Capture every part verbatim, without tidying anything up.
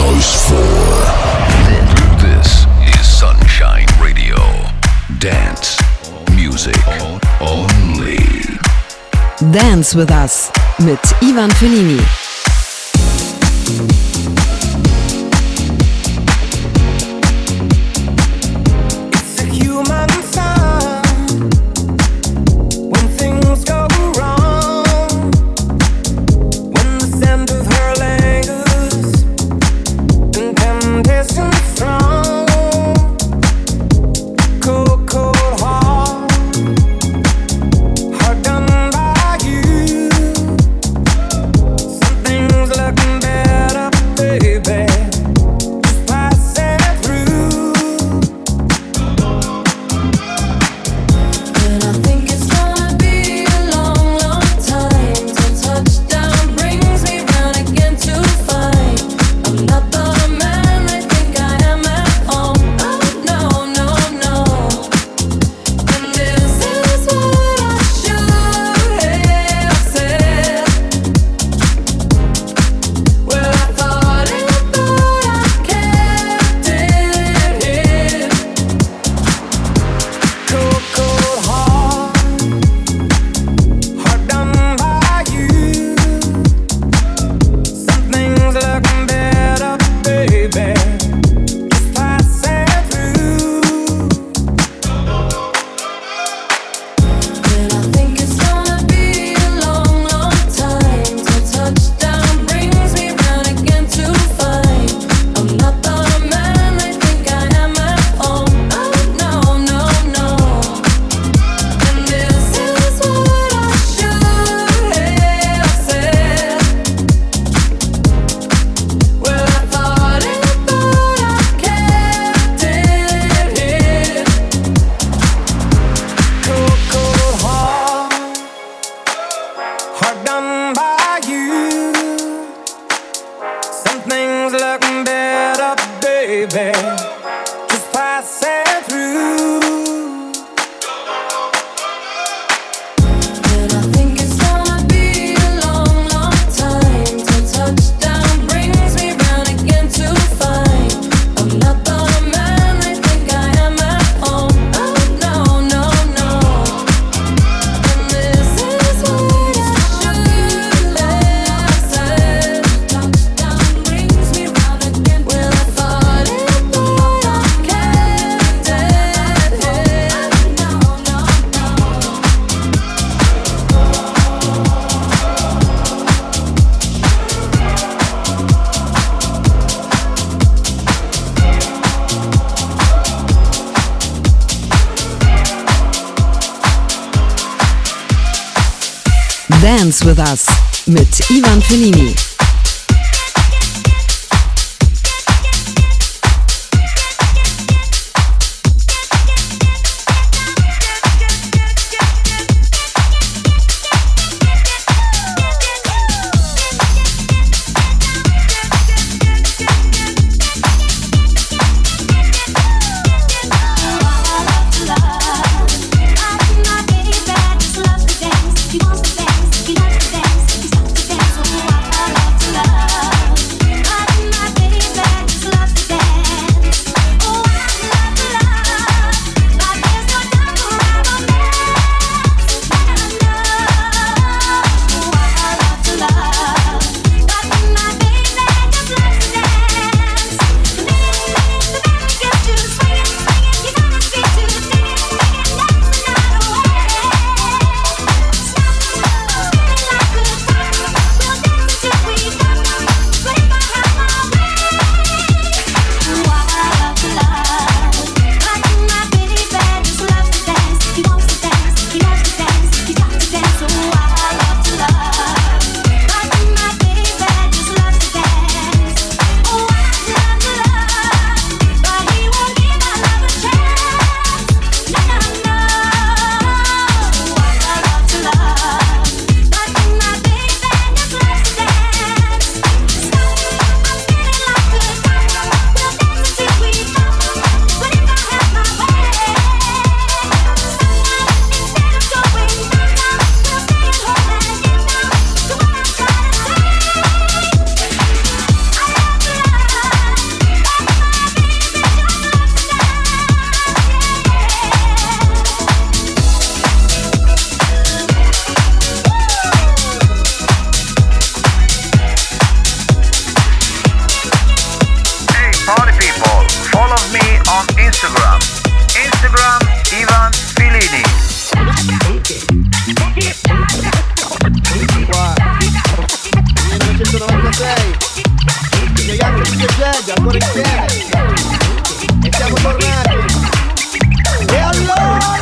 House four. This is Sunshine Radio. Dance music only. Dance with Us mit Ivan Fellini. Dance with Us mit Ivan Fellini. He wants to dance, he loves to dance, he starts to dance, so Instagram. Instagram Ivan Fellini. Qua millenovecentonovantasei c'è anche il Jazz ancora insieme e siamo tornati. E allora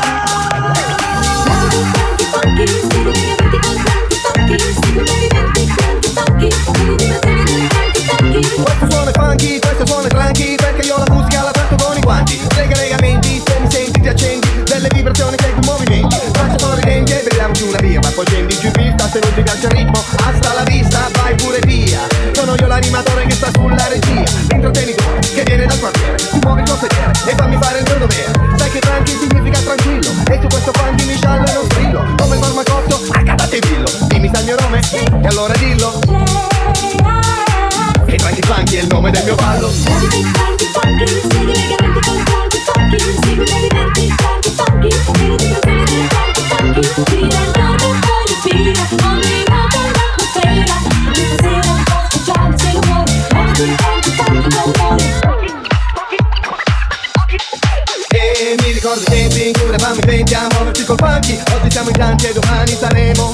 questo suono è funky, questo suono è tranqui, perché io la musica la tratto con i guanti. Lega legamenti, se mi senti ti accendi, delle vibrazioni segui movimenti. Faccia sorridenti e beviamoci una birra, poi scendi giù in pista, se non ti piace il ritmo, hasta la vista, vai pure via. Sono io l'animatore che sta sulla regia, l'intrattenitore che viene dal quartiere, ti muovi il tuo sedere e fammi fare il mio dovere. Sai che tranqui significa tranquillo, e su questo funky mi sciallo e non strillo, come il farmacotto, accadate dillo. Dimmi sta il mio nome, e allora dillo. E Tranqui Funky è il nome del mio ballo. E mi ricordo i tempi in cui eravamo in venti a muoverci col funky. Oggi siamo in tanti e domani saremo.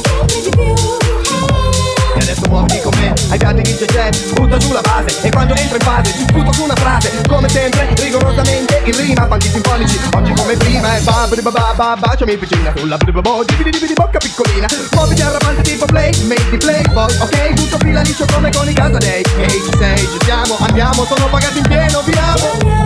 E adesso muoviti con me, ai piatti di jazz, butta giù la base. E quando entro in fase ci sputo su una frase, come sempre, rigorosamente in rima, fanti simbolici, oggi come prima. E ba ba ba ba baciami vicina sulla bri ba bo, di di di bocca piccolina. Muoviti arrabante tipo play, make di playboy, ok? Tutto fila liscio come con i Casadei. Ehi, ci sei, ci siamo, andiamo, sono pagati in pieno, viamo.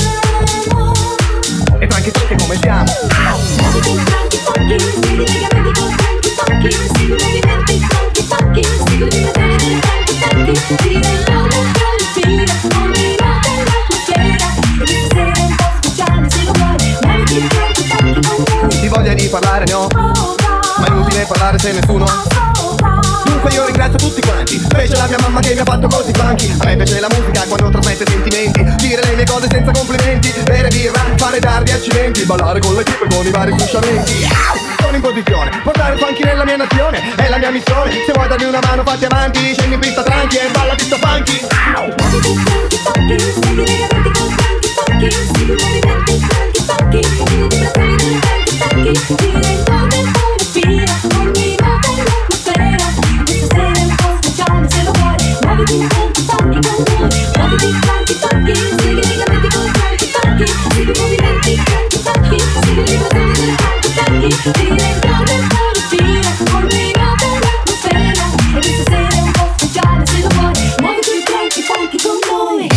E Tranqui Funky come siamo? Muoviti Tranqui Funky, segui legamenti con Tranqui Funky, segui movimenti Tranqui Funky, segui dimensioni Tranqui Funky, tira il nome, respira, ogni notte l'atmosfera. E questa sera è un po' speciale, se lo vuoi, muoviti Tranqui Funky con noi. Ti voglia di parlare, no? Ma è inutile parlare se nessuno. Dunque io ringrazio tutti quanti, specie la mia mamma che mi ha fatto così funky. A me piace la musica quando trasmette sentimenti, dire le mie cose senza complimenti, bere birra, fare tardi accidenti, ballare con l'equipe con i vari frusciamenti. Sono in posizione, portare il funky nella mia nazione, è la mia missione. Se vuoi darmi una mano fatti avanti, scendi in pista tranqui e balla pista funky. Muoviti Tranqui Funky, segui legamenti con Tranqui Funky, segui movimenti Tranqui Funky, segui vibrazioni Tranqui Funky, tira il nome e poi respira, ogni notte l'atmosfera. Questa sera è un po' speciale, se lo vuoi, muoviti Tranqui Funky con noi. Muoviti Tranqui Funky, segui legamenti con Tranqui Funky, segui movimenti Tranqui Funky, segui vibrazioni Tranqui Funky, tira il nome e poi respira, ogni notte l'atmosfera. E questa sera è un po' speciale, se lo vuoi, muoviti Tranqui Funky con noi.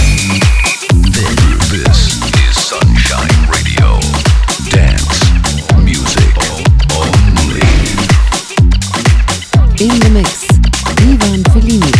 This is Sunshine Radio. Dance music only. In the mix, Ivan Fellini.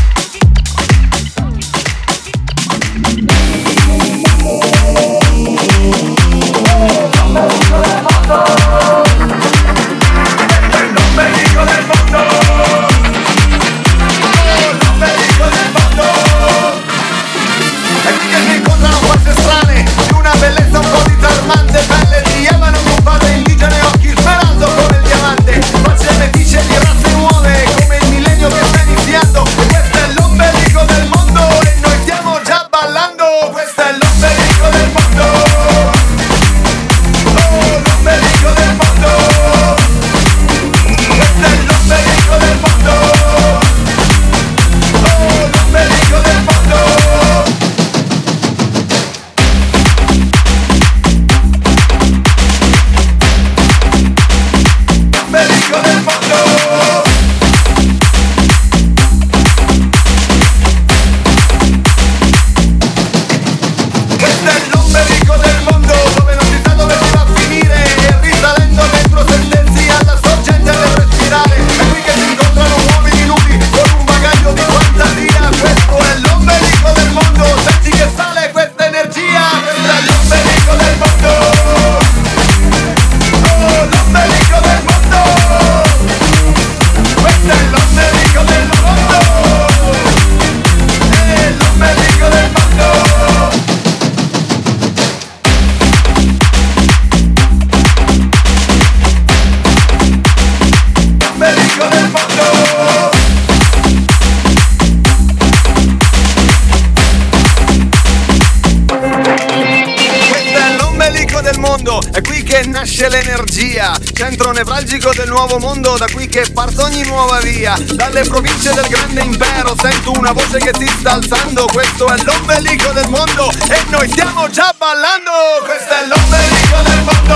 che nasce l'energia, centro nevralgico del nuovo mondo, da qui che parte ogni nuova via. Dalle province del grande impero sento una voce che si sta alzando. Questo è l'ombelico del mondo e noi stiamo già ballando. Questo è l'ombelico del mondo,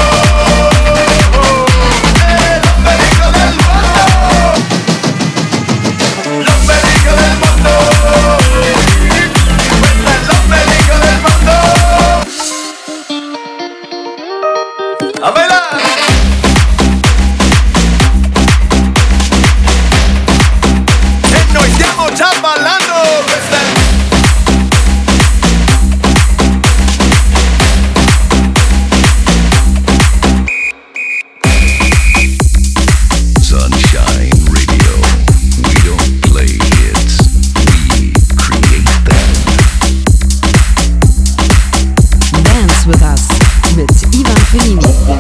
è l'ombelico del mondo, l'ombelico del mondo, questo è l'ombelico del mondo. A bailar! E noi stiamo già ballando! Questa è... Sunshine Radio. We don't play hits, we create them. Dance with us mit Ivan Fellini.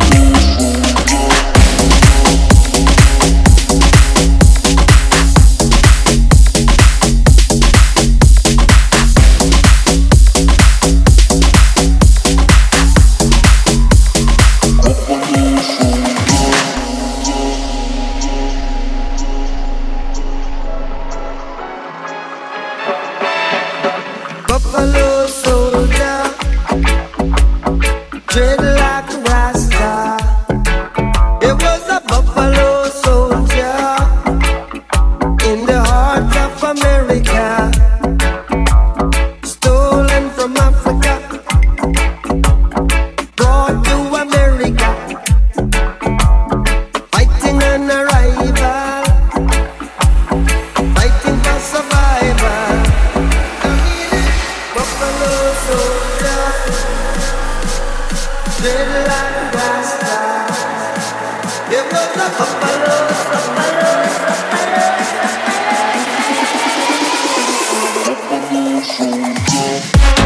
Buffalo soldier, dread like a rasta. It was a buffalo soldier in the heart of America, stolen from Africa, brought to America, fighting an arrival, fighting for survival. Buffalo soldier, dread like a rasta. It was a buffalo, buffalo, buffalo soldier.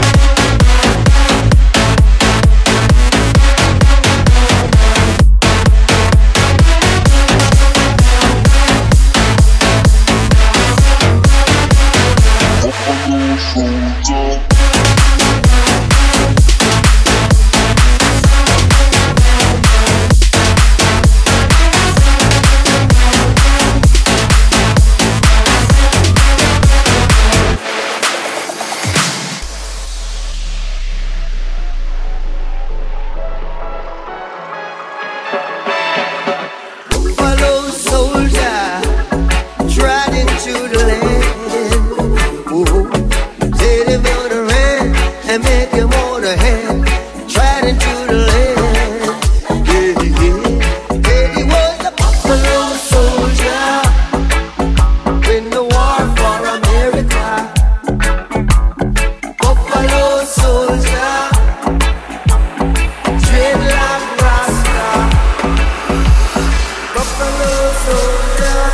Buffalo soldier, tried into the land. Ooh, said he wanna run and make him wanna hand. Tried into the land. Yeah, yeah. Said he was a buffalo soldier in the war for America. Buffalo soldier, dread like Rasta. Buffalo soldier,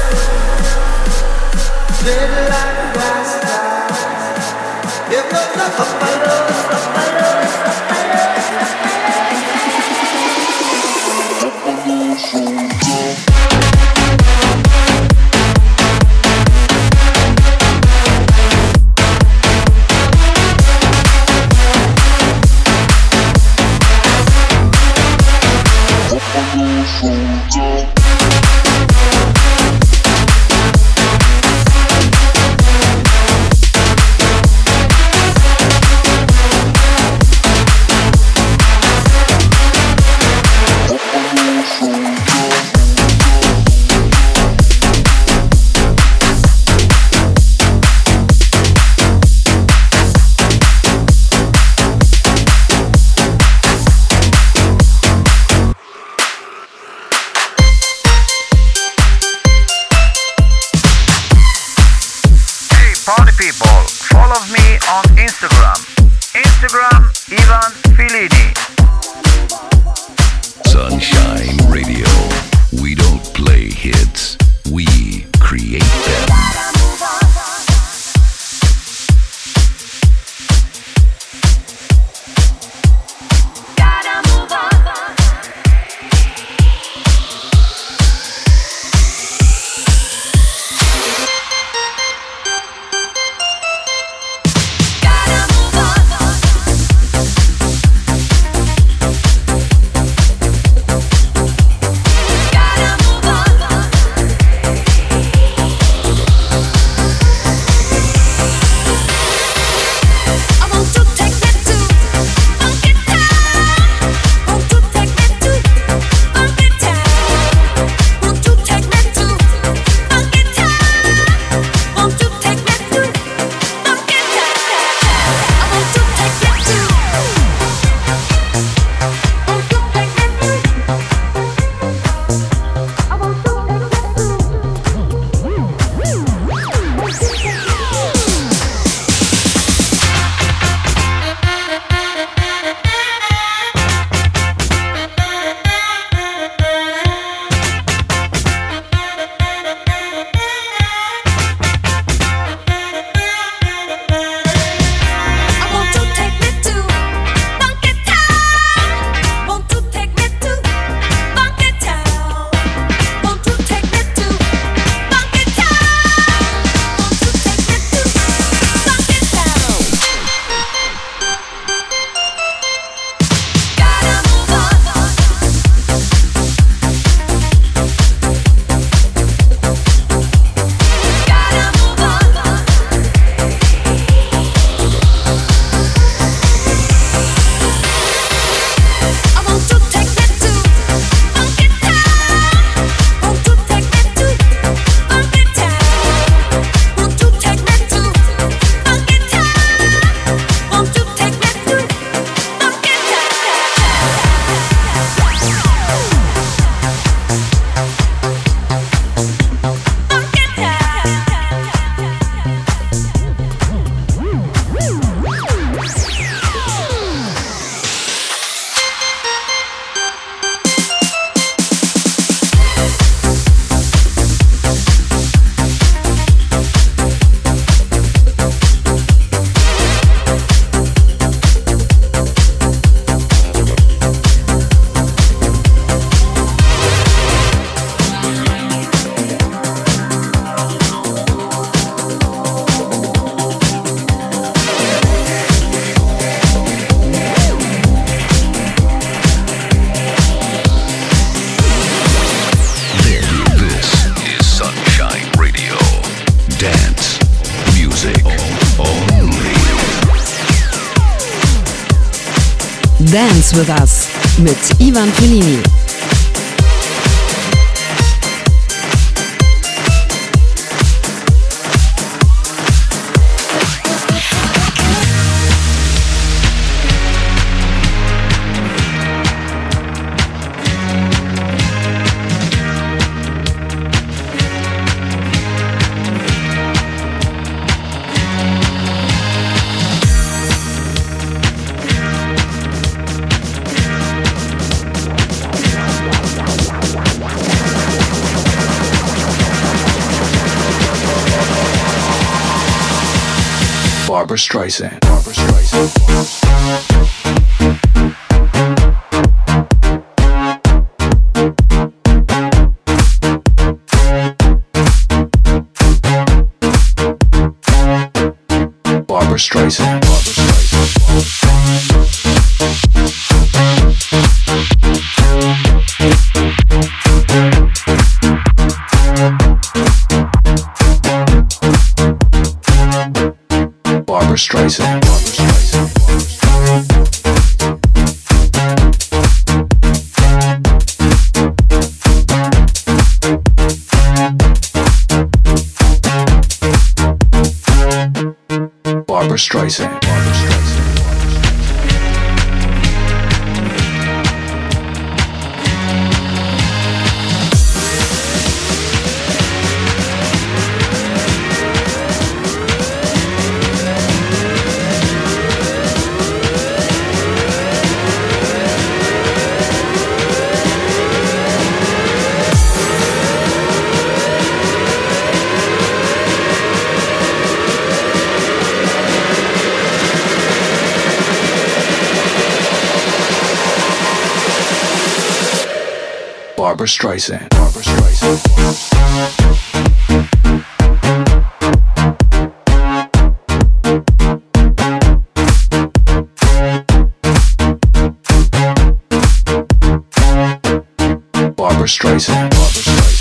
dread like Rasta. It was a buffalo, buffalo, buffalo soldier. Buffalo soldier. Party people, follow me on Instagram. Instagram Ivan Fellini. Sunshine Radio. We don't play hits, we create them. Gotta move on. Dance with Us mit Ivan Fellini. Barbra Streisand. Barbra Streisand. Barbra Streisand. Barbra Streisand. Barbra Streisand. Barbra Streisand. Barbra Streisand. Barbra Streisand. Barbra Streisand. Barbra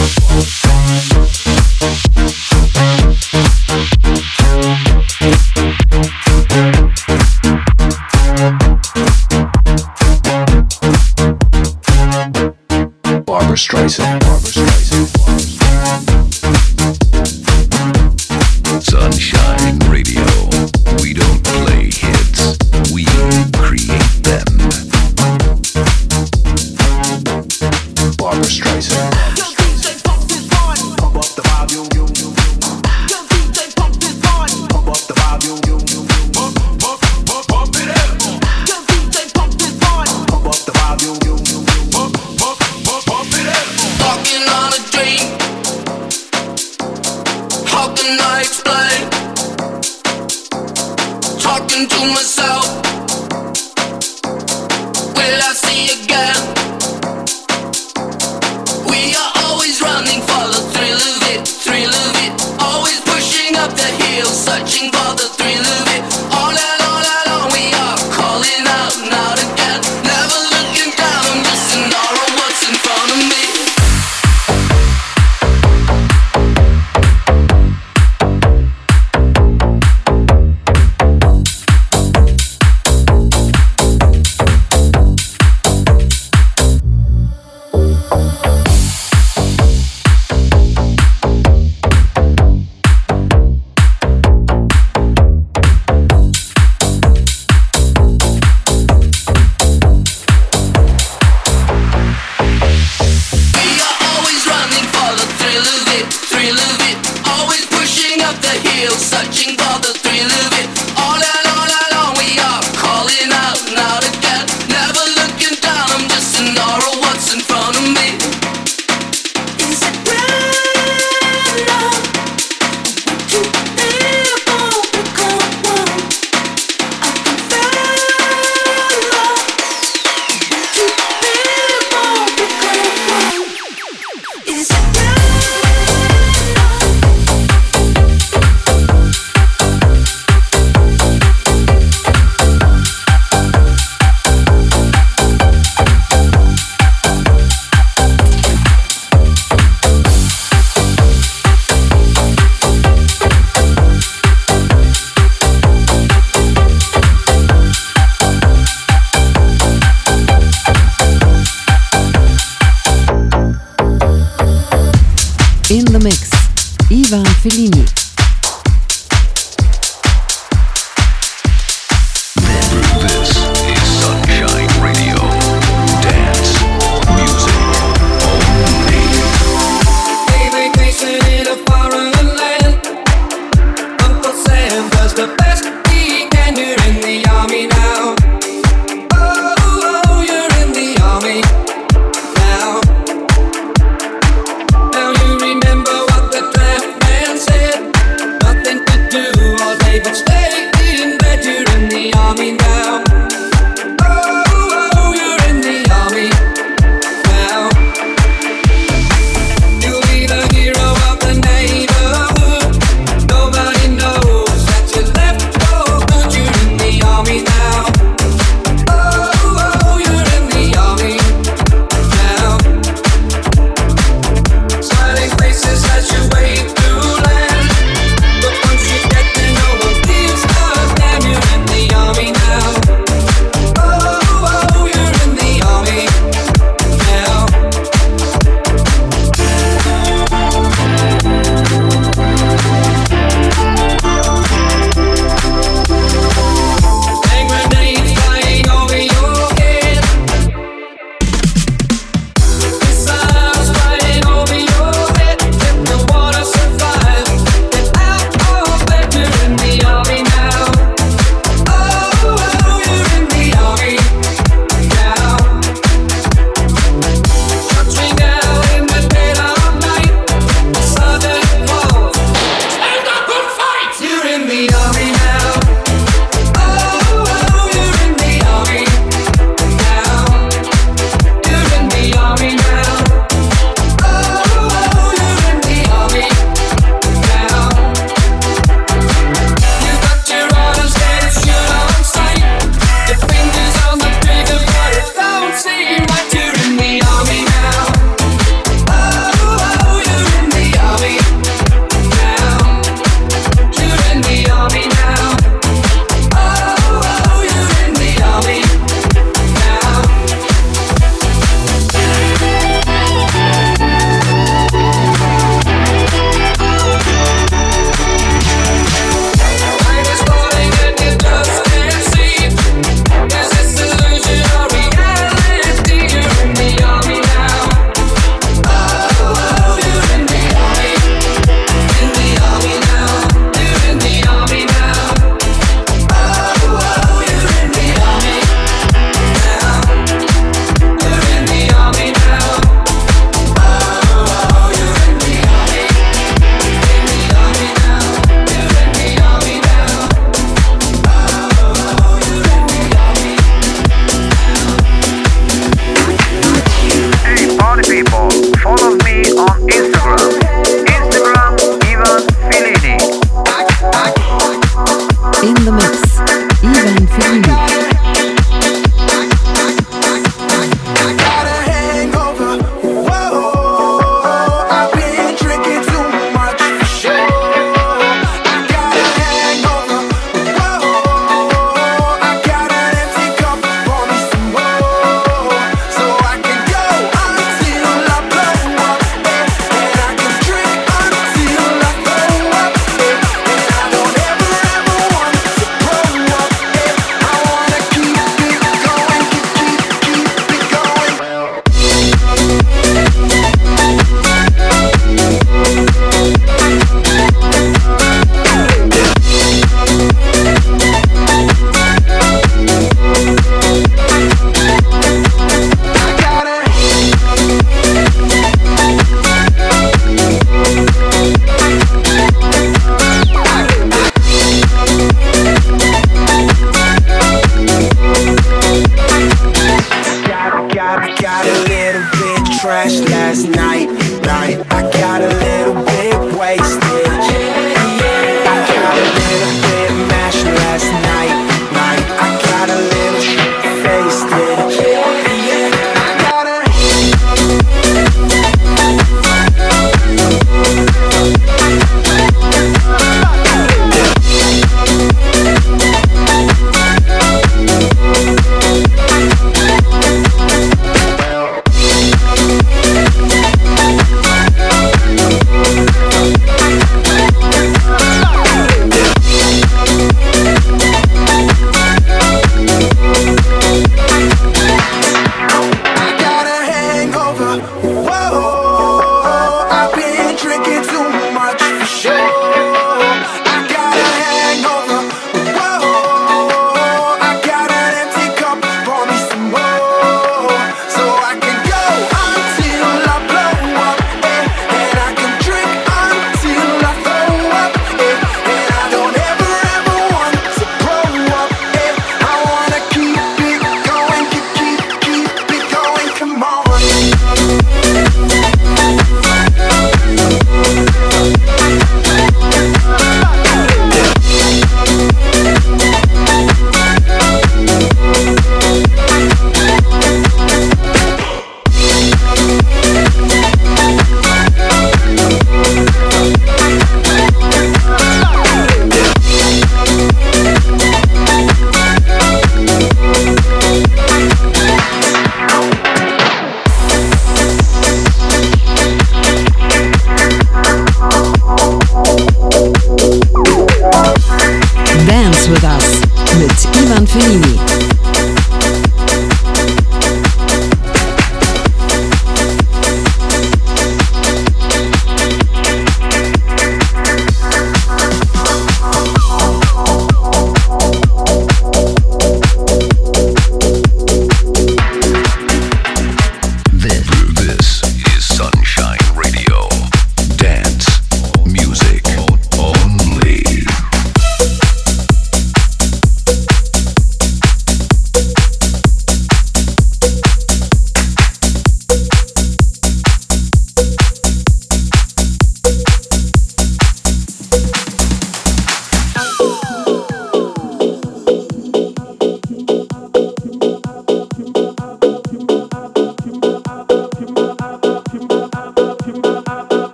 Streisand. Barbra Streisand. Sunshine Radio. We don't play hits, we create them. Barbra Streisand. To myself, will I see again? We are always running for the thrill of it, thrill of it. Always pushing up the hill, searching for the thrill of it. All and all and all we are calling out and out again. Never looking down, I'm just in awe of what's in front of me. Is it Fellini. This is Sunshine Radio. Dance music only. A vacation in a foreign land. Uncle Sam does the best he can. You're in the army now. Oh, oh, you're in the army now. Now you remember what the draft man said.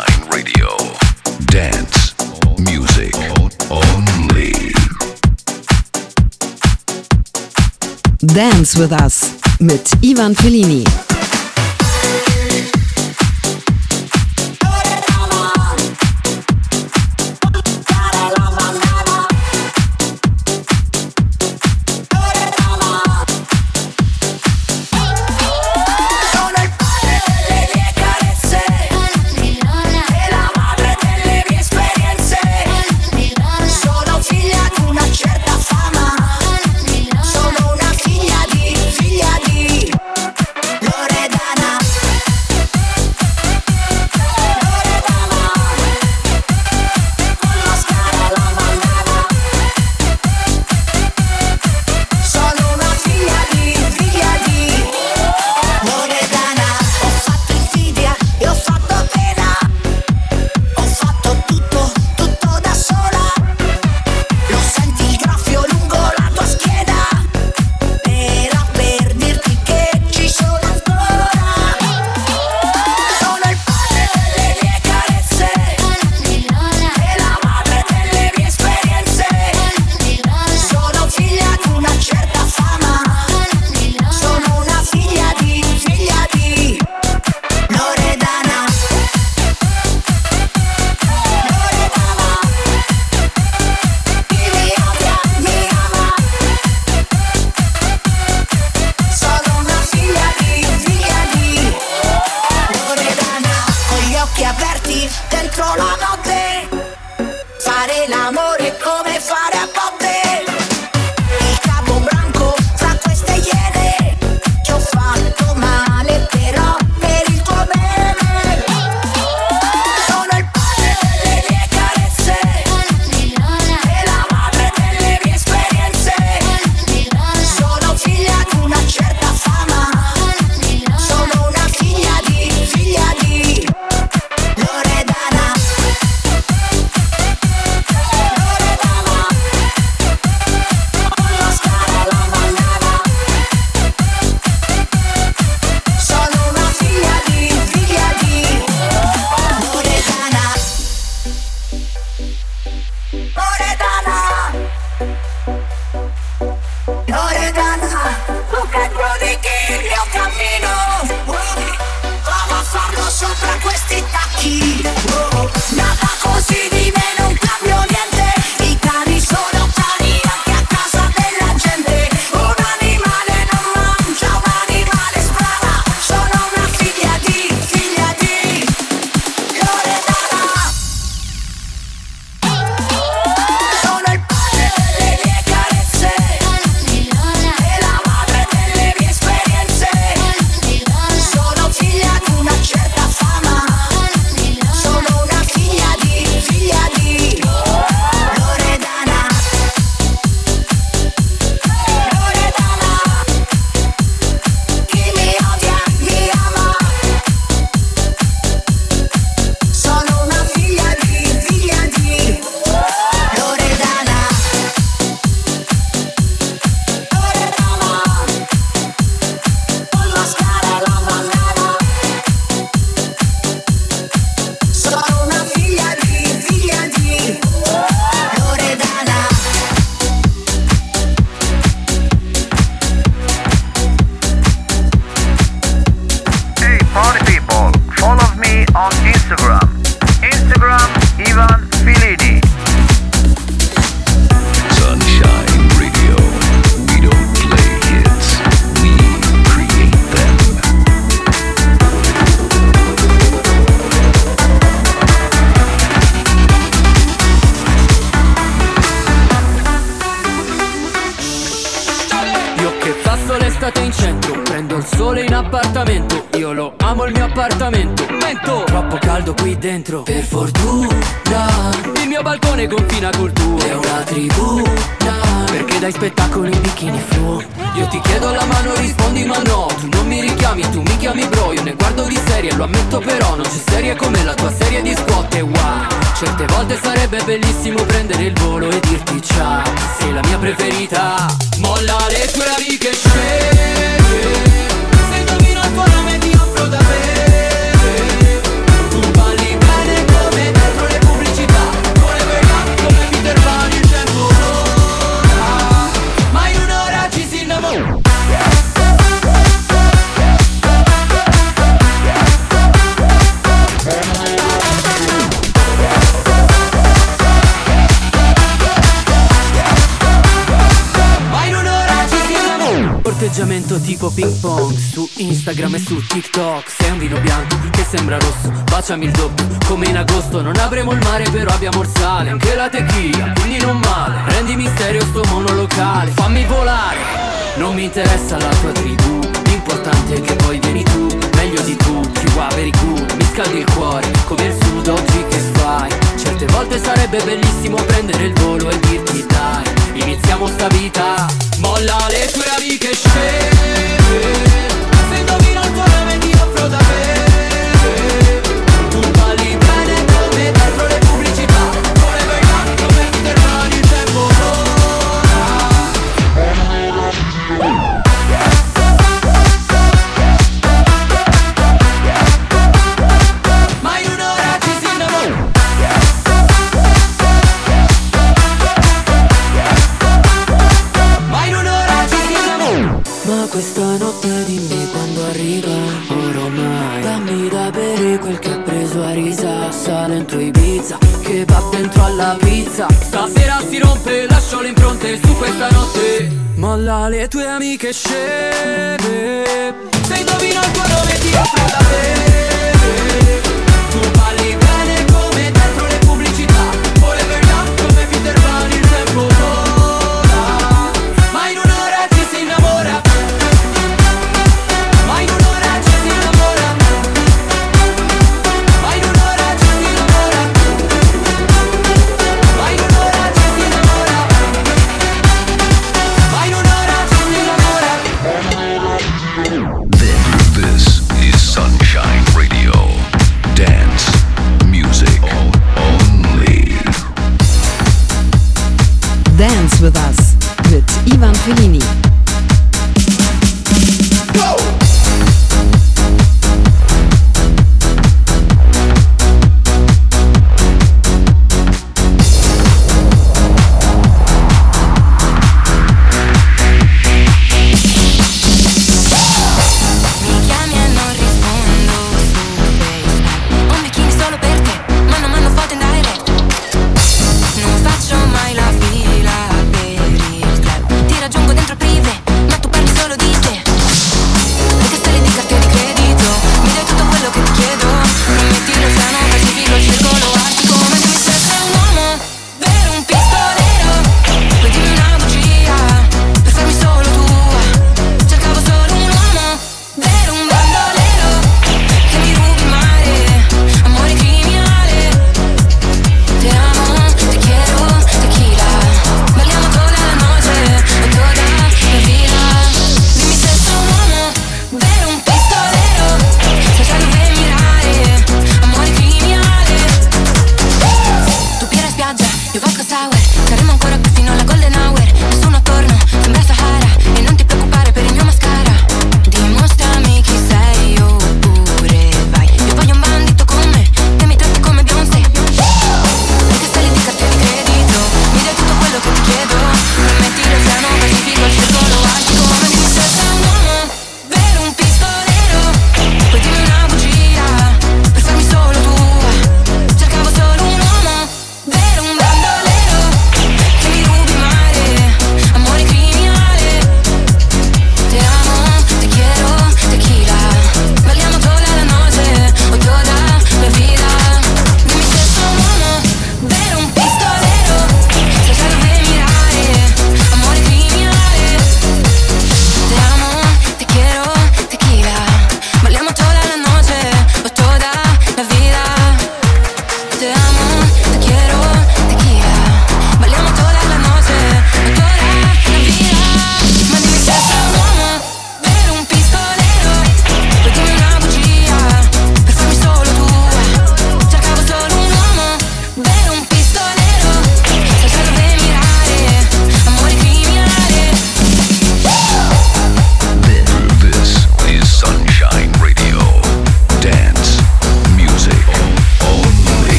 Sunshine Radio. Dance music only. Dance with Us mit Ivan Fellini. Per fortuna il mio balcone confina col tuo. È una tribuna perché dai spettacolo in bikini flu. Io ti chiedo la mano, rispondi ma no. Tu non mi richiami, tu mi chiami bro. Io ne guardo di serie, lo ammetto però non c'è serie come la tua serie di squat. E wow, certe volte sarebbe bellissimo prendere il volo e dirti ciao. Sei la mia preferita. Molla le tue amiche sceglie. Se indovino il tuo nome ti offro da bere. Tu balli bene atteggiamento tipo ping pong su Instagram e su TikTok. Sei un vino bianco che sembra rosso, baciami il doppio come in agosto. Non avremo il mare però abbiamo il sale, anche la tequila, quindi non male. Rendi misterio sto monolocale, fammi volare. Non mi interessa la tua tribù, l'importante è che poi vieni tu, meglio di tutti, wow very good. Mi scaldi il cuore come il sud, oggi che fai? Certe volte sarebbe bellissimo prendere il volo e dirti dai, iniziamo sta vita. Molla le tue amiche sceme, se indovino il tuo nome ti offro da bere. Tu balli bene come dentro le pubblicità, forever young come Peter Pan, il tempo vola. Ma in un'ora ci si innamora. Ma questa notte dimmi quando arriva, ormai dammi da bere quel che ho preso a risa. Salento Ibiza, che va dentro alla pizza. Stasera si rompe, lascio le impronte su questa notte. Molla le tue amiche sceme, se indovino il tuo nome ti offro da bere. Tu balli bene come dentro le pubblicità, forever young come Peter Pan, il tempo vola. Ma in un'ora ci si innamora. Ma in un'ora ci si innamora. Ma in un'ora ci si innamora. Ma in un'ora ci si innamora. Ma in un'ora ci si innamora. This is Sunshine Radio. Dance music only. Dance with us mit Ivan Fellini. Mai la fila per il club, ti raggiungo dentro privé.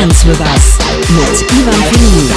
Dance with Us mit Ivan Fellini.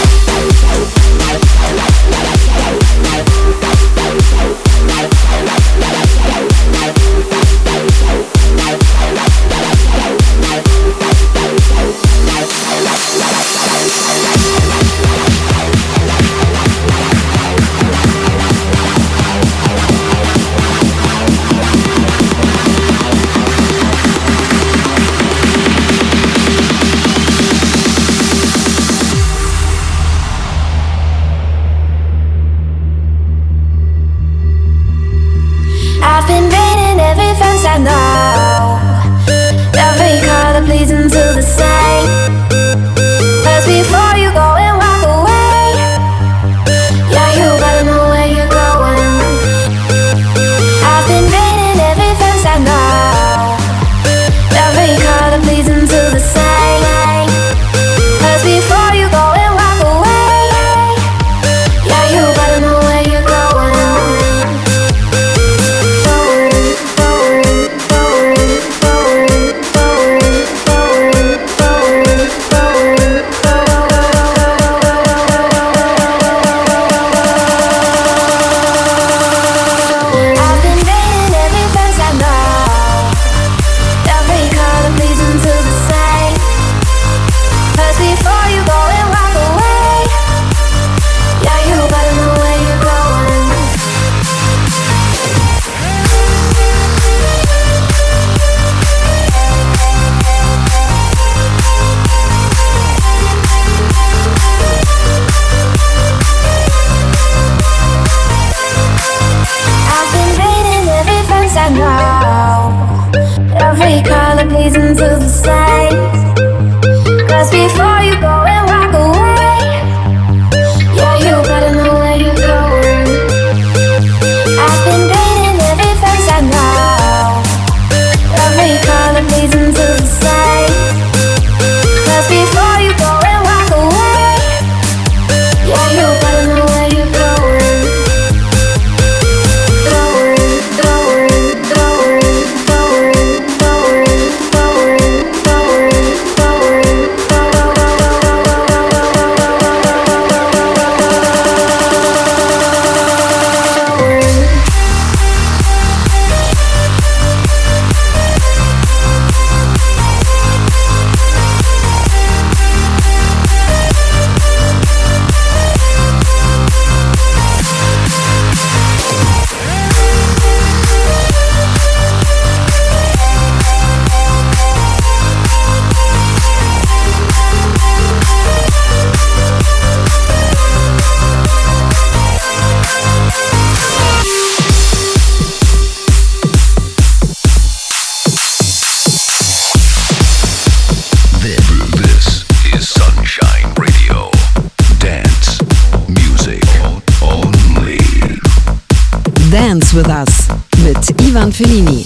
Dance with Us mit Ivan Fellini.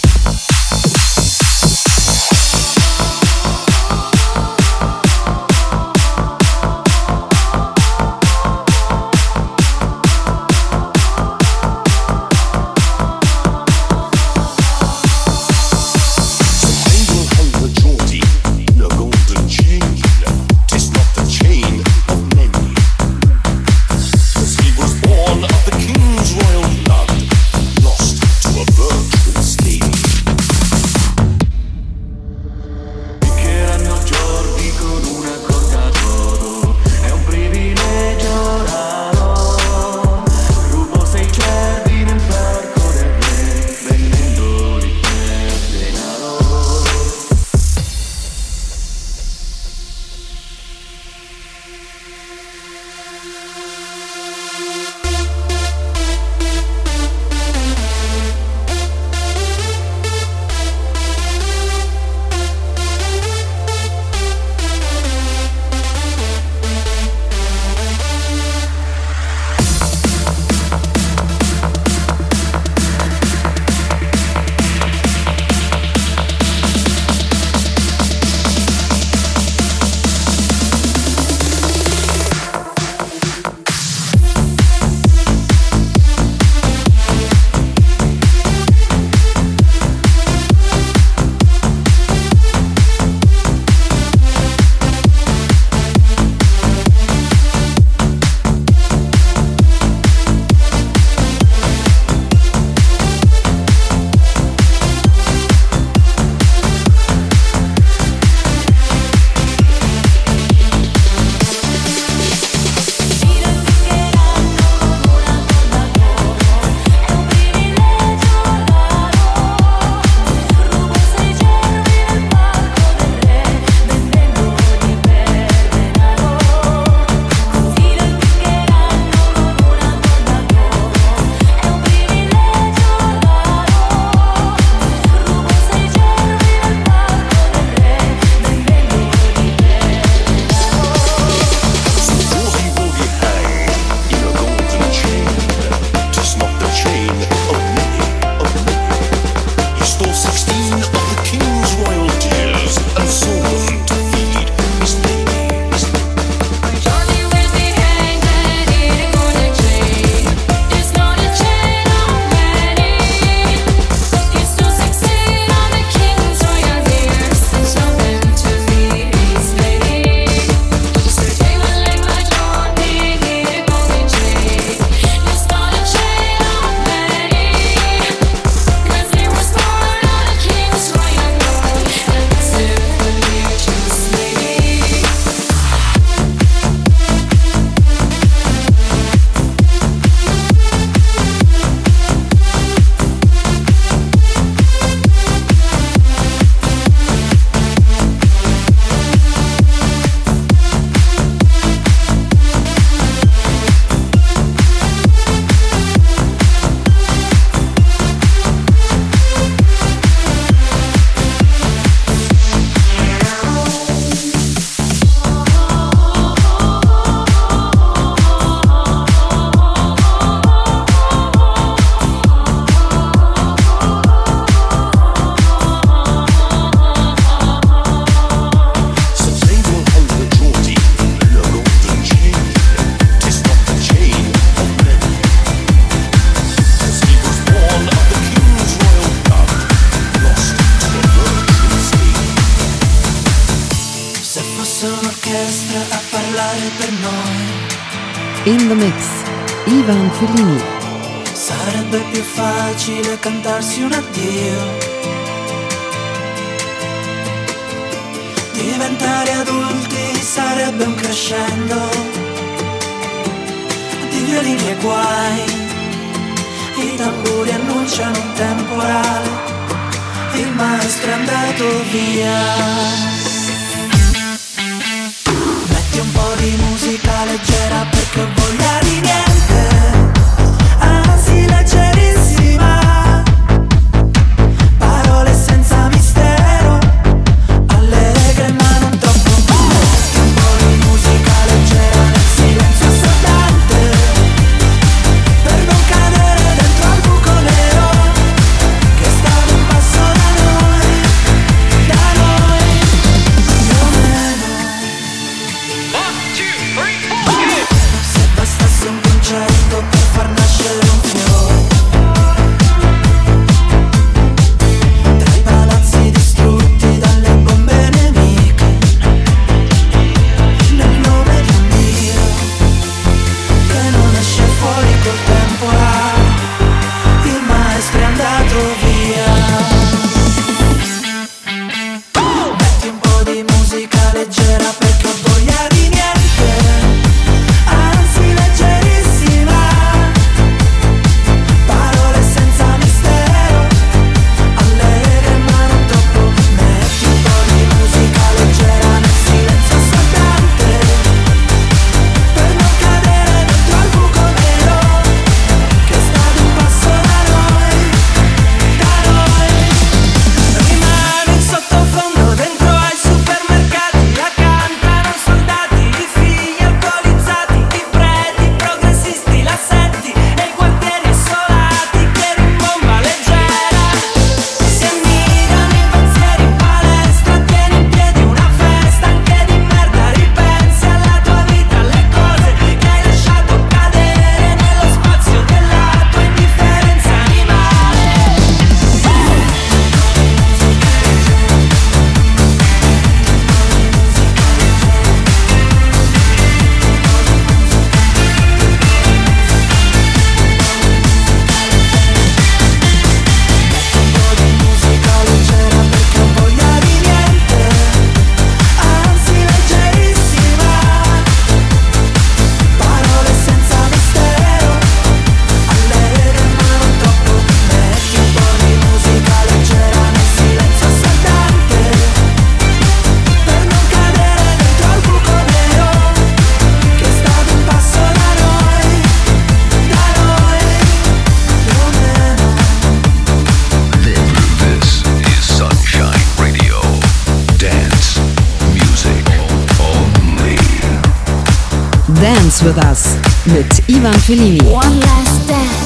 Lost to a virtual state. fosse un'orchestra a parlare per noi. In the mix, Ivan Fellini. Sarebbe più facile cantarsi un addio. Diventare adulti sarebbe un crescendo di violini e guai. I tamburi annunciano un temporale, il maestro è andato via. Metti un po' di musica leggera perché ho voglia di niente, anzi leggerissima, parole senza mistero, allegre ma non troppo. Metti un po' di musica leggera nel silenzio assordante, per non cadere dentro al buco nero che sta ad un passo da noi, da noi, più o meno. One, two, three, four, se bastasse un concetto per far nascere un fiore, tra i palazzi distrutti dalle bombe nemiche, nel nome di un Dio che non esce fuori col temporale, il maestro è andato via. Metti un po' di musica leggera perché ho voglia di niente, anzi leggerissima, parole senza mistero, allegre ma non troppo. Metti un po' di musica leggera nel silenzio assordante, per non cadere dentro al buco nero che sta ad un passo da noi, da noi. Rimane in sottofondo dentro ai supermercati, la cantano soldati, i figli alcolizzati, i preti progressisti, la senti e i quartieri assolati che rimbomba leggera. Si annidano i pensieri in palestra, tieni in piedi una festa anche di merda, ripensi alla tua vita, alle cose che hai lasciato cadere nello spazio della tua indifferenza animale. Musica leggera perché ho voglia di niente, anzi leggerissima, parole senza mistero, allegre ma non troppo. Metti un po' di musica leggera nel silenzio assordante, per non cadere dentro al buco nero che sta ad un passo da noi, da noi, più o meno. This is Sunshine Radio. Dance music only. Dance with us mit Ivan Fellini. One last dance.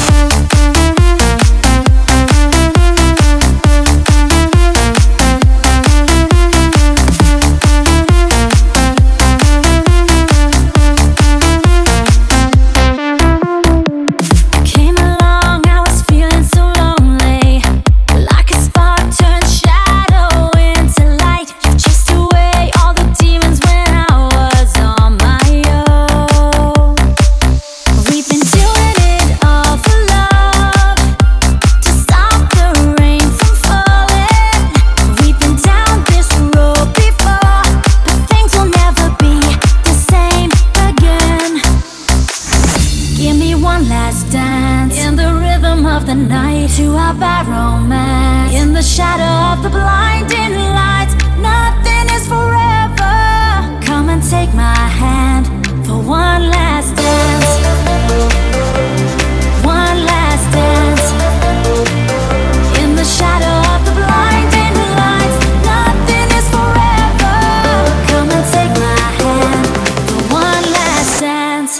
Came along, I was feeling so lonely, like a spark turned shadow into light. You chased away all the demons when I was on my own. We've been doing it all for love, to stop the rain from falling. We've been down this road before, but things will never be the same again. Give me one last dance in the rhythm of the night, to our bad romance, in the shadow of the blinding lights. Nothing is forever. Come and take my hand for one last dance. One last dance in the shadow of the blinding lights. Nothing is forever. Come and take my hand for one last dance.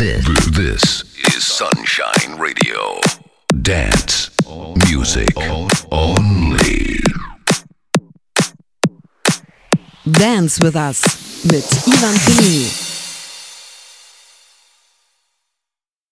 This, this is Sunshine Radio. Dance music only. Dance with Us mit Ivan Fellini.